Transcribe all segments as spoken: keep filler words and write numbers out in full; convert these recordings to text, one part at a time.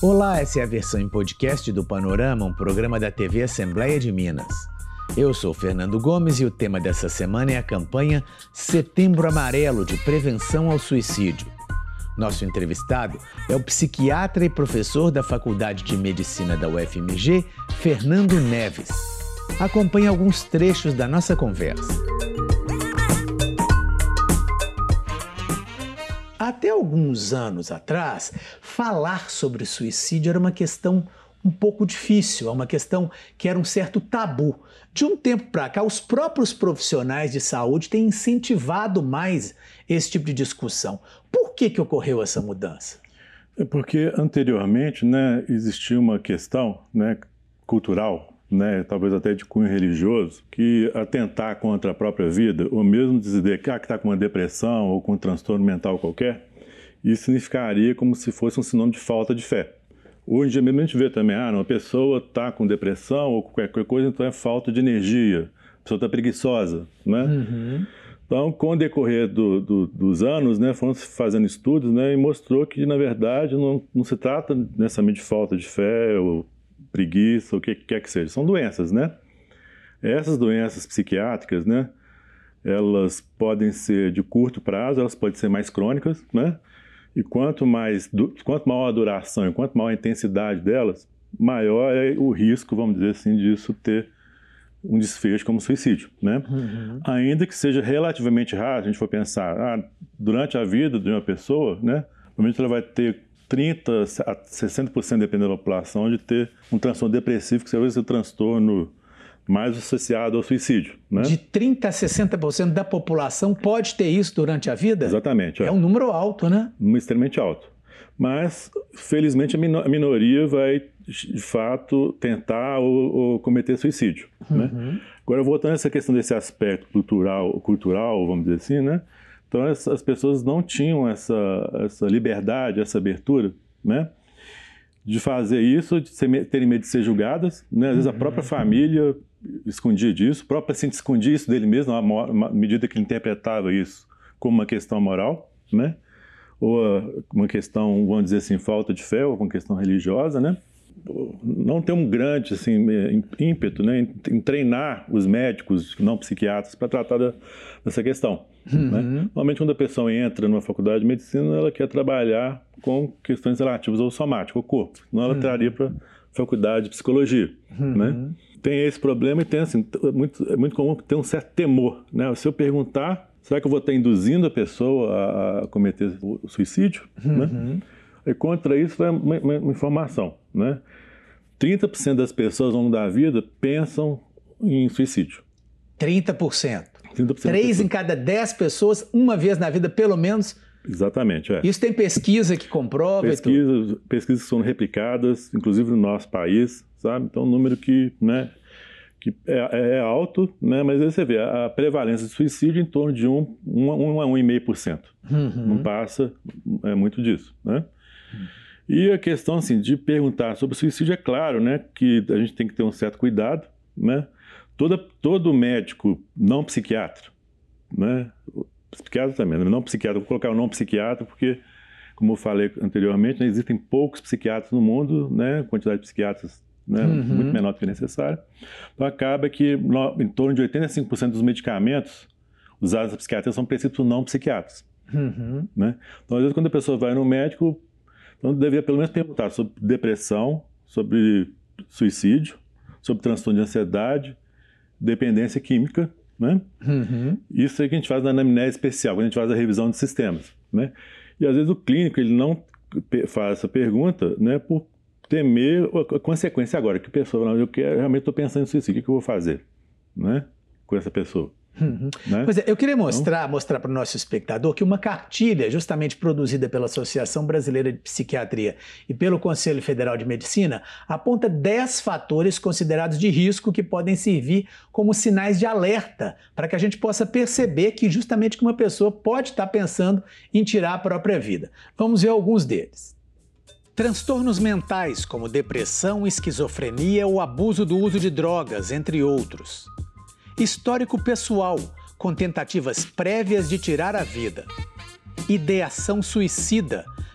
Olá, essa é a versão em podcast do Panorama, um programa da T V Assembleia de Minas. Eu sou Fernando Gomes e o tema dessa semana é a campanha Setembro Amarelo de Prevenção ao Suicídio. Nosso entrevistado é o psiquiatra e professor da Faculdade de Medicina da U F M G, Fernando Neves. Acompanhe alguns trechos da nossa conversa. Até alguns anos atrás, falar sobre suicídio era uma questão um pouco difícil, é uma questão que era um certo tabu. De um tempo para cá, os próprios profissionais de saúde têm incentivado mais esse tipo de discussão. Por que que ocorreu essa mudança? É porque anteriormente, né, existia uma questão, né, cultural, né, talvez até de cunho religioso, que atentar contra a própria vida, ou mesmo dizer que ah, está com uma depressão ou com um transtorno mental qualquer, isso significaria como se fosse um sinônimo de falta de fé. Hoje em dia mesmo a gente vê também, ah, uma pessoa está com depressão ou qualquer coisa, então é falta de energia, a pessoa está preguiçosa, né? Uhum. Então, com o decorrer do, do, dos anos, né, foram fazendo estudos, né, e mostrou que, na verdade, não, não se trata necessariamente de falta de fé ou preguiça, ou o que quer que seja. São doenças, né? Essas doenças psiquiátricas, né, elas podem ser de curto prazo, elas podem ser mais crônicas, né? E quanto, mais, quanto maior a duração e quanto maior a intensidade delas, maior é o risco, vamos dizer assim, disso ter um desfecho como suicídio, né? Uhum. Ainda que seja relativamente raro, se a gente for pensar, ah, durante a vida de uma pessoa, né, provavelmente ela vai ter trinta a sessenta por cento, dependendo da população, de ter um transtorno depressivo, que talvez seja o transtorno mais associado ao suicídio, né? De trinta a sessenta por cento da população pode ter isso durante a vida? Exatamente. É, é um número alto, né? Um número extremamente alto. Mas, felizmente, a, mino a minoria vai, de fato, tentar ou, ou cometer suicídio, uhum. né? Agora, voltando a essa questão desse aspecto cultural, cultural, vamos dizer assim, né? Então, as, as pessoas não tinham essa, essa liberdade, essa abertura, né, de fazer isso, de ser, terem medo de ser julgadas, né? Às vezes a própria família escondia disso, o próprio paciente escondia isso dele mesmo, à medida que ele interpretava isso como uma questão moral, né? Ou uma questão, vamos dizer assim, falta de fé, ou uma questão religiosa, né? Não tem um grande assim, ímpeto, né, em treinar os médicos não psiquiatras para tratar da, dessa questão. Uhum. Né? Normalmente, quando a pessoa entra numa faculdade de medicina, ela quer trabalhar com questões relativas ao somático, ao corpo. Senão ela uhum. traria para a faculdade de psicologia. Uhum. Né? Tem esse problema e tem, assim, é muito, é muito comum ter um certo temor. Né? Se eu perguntar, será que eu vou estar induzindo a pessoa a, a cometer o suicídio? Uhum. Né? E contra isso vai uma, uma, uma informação, né? trinta por cento das pessoas ao longo da vida pensam em suicídio. trinta por cento? trinta por cento três em cada dez pessoas, uma vez na vida, pelo menos. Exatamente, é. Isso tem pesquisa que comprova? Pesquisas, pesquisas que são replicadas, inclusive no nosso país, sabe? Então, um número que, né, que é, é alto, né? Mas aí você vê, a prevalência de suicídio em torno de um, um, um a um vírgula cinco por cento. Uhum. Não passa é, muito disso, né? E a questão assim, de perguntar sobre o suicídio, é claro, né, que a gente tem que ter um certo cuidado, né? Toda, todo médico não psiquiatra, né? Psiquiatra também, não psiquiatra, vou colocar o não psiquiatra porque, como eu falei anteriormente, né, existem poucos psiquiatras no mundo, né? A quantidade de psiquiatras, né, uhum. muito menor do que necessário. Então acaba que no, em torno de oitenta e cinco por cento dos medicamentos usados na psiquiatria são prescritos por não psiquiatras. Uhum. Né? Então, às vezes, quando a pessoa vai no médico, então deveria pelo menos perguntar sobre depressão, sobre suicídio, sobre transtorno de ansiedade, dependência química, né? Uhum. Isso é que a gente faz na anamnese especial, quando a gente faz a revisão de sistemas, né? E às vezes o clínico ele não faz essa pergunta, né, por temer a consequência agora, que a pessoa fala, eu quero, realmente estou pensando em suicídio, o que eu vou fazer, né, com essa pessoa? Uhum. Né? Pois é, eu queria mostrar, mostrar para o nosso espectador que uma cartilha justamente produzida pela Associação Brasileira de Psiquiatria e pelo Conselho Federal de Medicina aponta dez fatores considerados de risco que podem servir como sinais de alerta para que a gente possa perceber que justamente que uma pessoa pode estar pensando em tirar a própria vida. Vamos ver alguns deles. Transtornos mentais como depressão, esquizofrenia ou abuso do uso de drogas, entre outros. Histórico pessoal, com tentativas prévias de tirar a vida. Ideação suicida,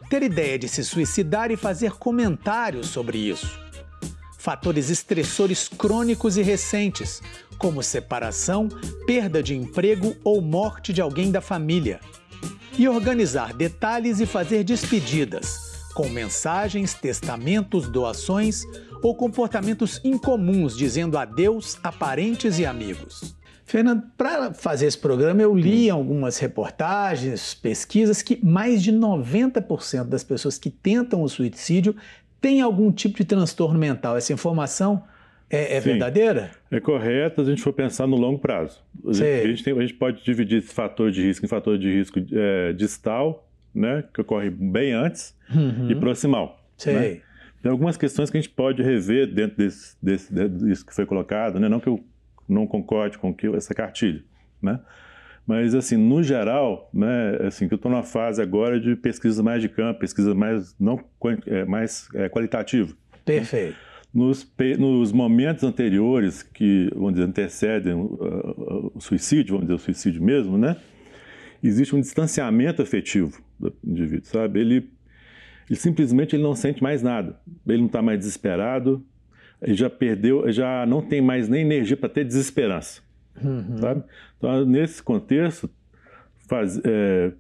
ter ideia de se suicidar e fazer comentários sobre isso. Fatores estressores crônicos e recentes, como separação, perda de emprego ou morte de alguém da família. E organizar detalhes e fazer despedidas, com mensagens, testamentos, doações ou comportamentos incomuns dizendo adeus a parentes e amigos. Fernando, para fazer esse programa eu li algumas reportagens, pesquisas que mais de noventa por cento das pessoas que tentam o suicídio têm algum tipo de transtorno mental. Essa informação é, é verdadeira? É correta se a gente for pensar no longo prazo. A gente, a gente, tem, a gente pode dividir esse fator de risco em fator de risco é, distal, né, que ocorre bem antes, uhum. e proximal. Sei. Né? Tem algumas questões que a gente pode rever dentro desse, desse, disso que foi colocado, né? Não que eu não concorde com que, essa cartilha, né? Mas, assim, no geral, né, assim, que eu estou numa fase agora de pesquisa mais de campo, pesquisa mais, não, é, mais é, qualitativa. Perfeito. Né? Nos, nos momentos anteriores que, vamos dizer, antecedem o, o, o suicídio, vamos dizer, o suicídio mesmo, né? Existe um distanciamento afetivo do indivíduo, sabe? Ele, ele simplesmente ele não sente mais nada. Ele não está mais desesperado, ele já perdeu, já não tem mais nem energia para ter desesperança, uhum. sabe? Então, nesse contexto, faz, é,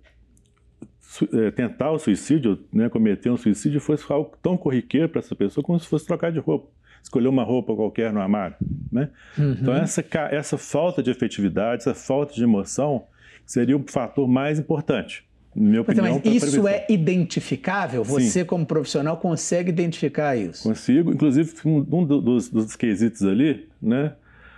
su, é, tentar o suicídio, né, cometer um suicídio, foi algo tão corriqueiro para essa pessoa como se fosse trocar de roupa, escolher uma roupa qualquer no armário, né? Uhum. Então, essa, essa falta de efetividade, essa falta de emoção seria o fator mais importante. Minha opinião, mas isso é identificável? Você, Sim. como profissional, consegue identificar isso? Consigo. Inclusive, um dos, dos quesitos ali, né,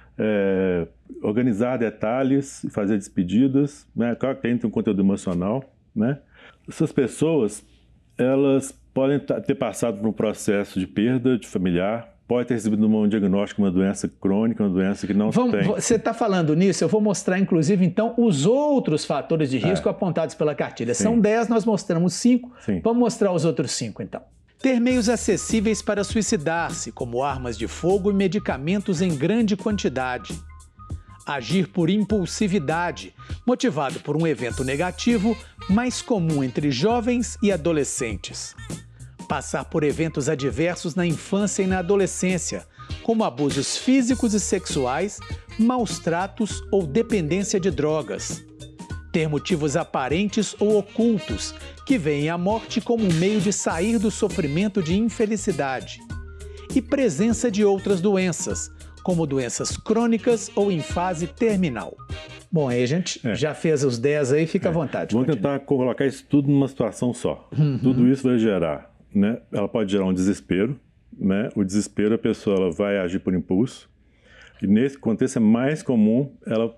é organizar detalhes, fazer despedidas, né, claro que tem um conteúdo emocional, né. Essas pessoas, elas podem ter passado por um processo de perda de familiar, pode ter recebido um diagnóstico de uma doença crônica, uma doença que não Vamos, tem... Você está falando nisso, eu vou mostrar, inclusive, então, os outros fatores de risco é. apontados pela cartilha. Sim. São dez, nós mostramos cinco. Sim. Vamos mostrar os outros cinco, então. Ter meios acessíveis para suicidar-se, como armas de fogo e medicamentos em grande quantidade. Agir por impulsividade, motivado por um evento negativo, mais comum entre jovens e adolescentes. Passar por eventos adversos na infância e na adolescência, como abusos físicos e sexuais, maus tratos ou dependência de drogas. Ter motivos aparentes ou ocultos, que veem a morte como um meio de sair do sofrimento de infelicidade. E presença de outras doenças, como doenças crônicas ou em fase terminal. Bom, aí a gente é. já fez os dez aí, fica é. à vontade. Vamos continuar. tentar colocar isso tudo numa situação só. Uhum. Tudo isso vai gerar, né? Ela pode gerar um desespero, né? O desespero, a pessoa ela vai agir por impulso. E nesse contexto é mais comum ela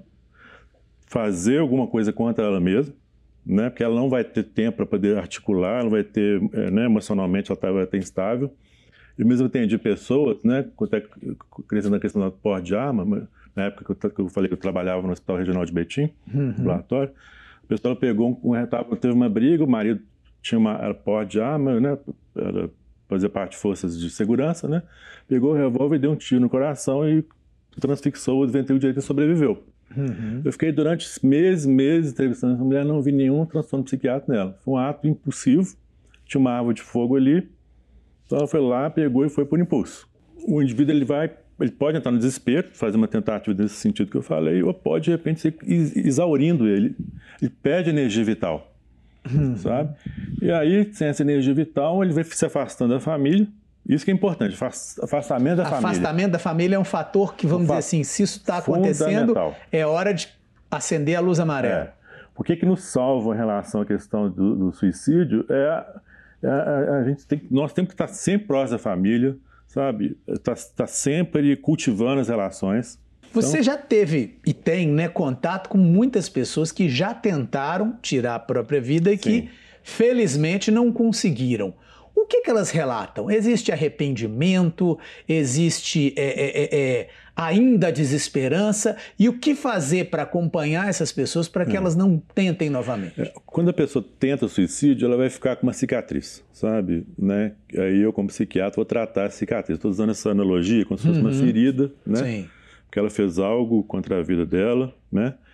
fazer alguma coisa contra ela mesma, né? Porque ela não vai ter tempo para poder articular, não vai ter, né? Emocionalmente ela tá, vai estar instável. Eu mesmo atendi pessoas, né? Até crescendo na questão da porte de arma, na época que eu, que eu falei que eu trabalhava no Hospital Regional de Betim, uhum. no laboratório, a pessoa pegou um, um teve uma briga, o marido tinha uma porte de arma, né? Era, fazia parte de forças de segurança, né? Pegou o revólver e deu um tiro no coração e transfixou o ventrículo direito e sobreviveu. Uhum. Eu fiquei durante meses, meses entrevistando essa mulher, não vi nenhum transtorno psiquiátrico nela. Foi um ato impulsivo, tinha uma árvore de fogo ali, então ela foi lá, pegou e foi por impulso. O indivíduo ele vai, ele pode entrar no desespero, fazer uma tentativa nesse sentido que eu falei, ou pode de repente ser exaurindo ele, ele perde energia vital, uhum. sabe? E aí, sem essa energia vital, ele vai se afastando da família. Isso que é importante, afastamento da família. Afastamento da família é um fator que, vamos dizer assim, se isso está acontecendo, é hora de acender a luz amarela. É. O que que nos salva em relação à questão do, do suicídio é, é a, a gente tem, nós temos que estar sempre próximo da família, sabe? Estar tá, tá sempre cultivando as relações. Você então... já teve e tem, né, contato com muitas pessoas que já tentaram tirar a própria vida e Sim. que, felizmente, não conseguiram. O que que elas relatam? Existe arrependimento? Existe é, é, é, ainda desesperança? E o que fazer para acompanhar essas pessoas para que é. elas não tentem novamente? É, quando a pessoa tenta suicídio, ela vai ficar com uma cicatriz, sabe? Né? Aí eu, como psiquiatra, vou tratar a cicatriz. Estou usando essa analogia como se fosse uhum. uma ferida, né? Sim. Porque ela fez algo contra a vida dela, né?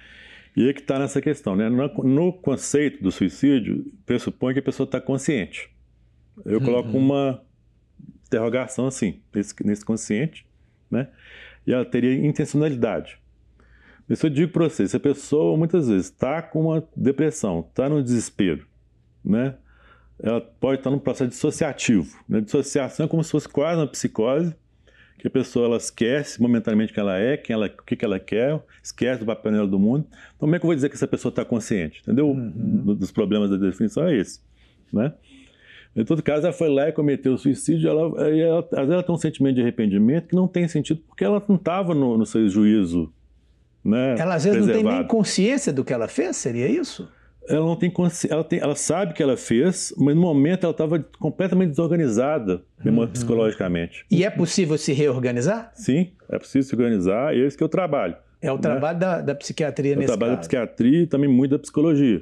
E aí que está nessa questão, né? No, no conceito do suicídio, pressupõe que a pessoa está consciente. Eu coloco uhum. uma interrogação assim, nesse, nesse consciente, né? E ela teria intencionalidade. Isso eu digo para você, se a pessoa muitas vezes está com uma depressão, está no desespero, né? Ela pode estar num processo dissociativo. Né? Dissociação é como se fosse quase uma psicose, que a pessoa ela esquece momentaneamente quem ela é, quem ela, o que, que ela quer, esquece do papel dela do mundo. Então, como é que eu vou dizer que essa pessoa está consciente? Entendeu? Uhum. Um dos problemas da definição é esse. Né? Em todo caso, ela foi lá e cometeu o suicídio, ela, ela, às vezes ela tem um sentimento de arrependimento que não tem sentido, porque ela não estava no, no seu juízo, né, ela às vezes preservado. Não tem nem consciência do que ela fez, seria isso? Ela não tem consciência, ela, tem, ela sabe que ela fez, mas no momento ela estava completamente desorganizada uhum. psicologicamente. E é possível se reorganizar? Sim, é possível se organizar, e é isso que eu trabalho. É o né? trabalho da, da psiquiatria é nesse caso. O trabalho caso. da psiquiatria e também muito da psicologia.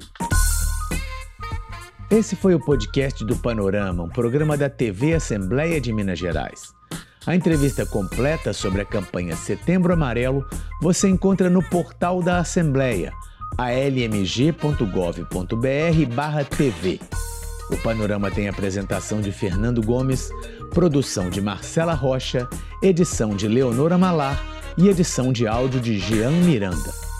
Esse foi o podcast do Panorama, um programa da T V Assembleia de Minas Gerais. A entrevista completa sobre a campanha Setembro Amarelo você encontra no portal da Assembleia, a l m g ponto gov ponto b r barra t v. O Panorama tem apresentação de Fernando Gomes, produção de Marcela Rocha, edição de Leonora Malar e edição de áudio de Jean Miranda.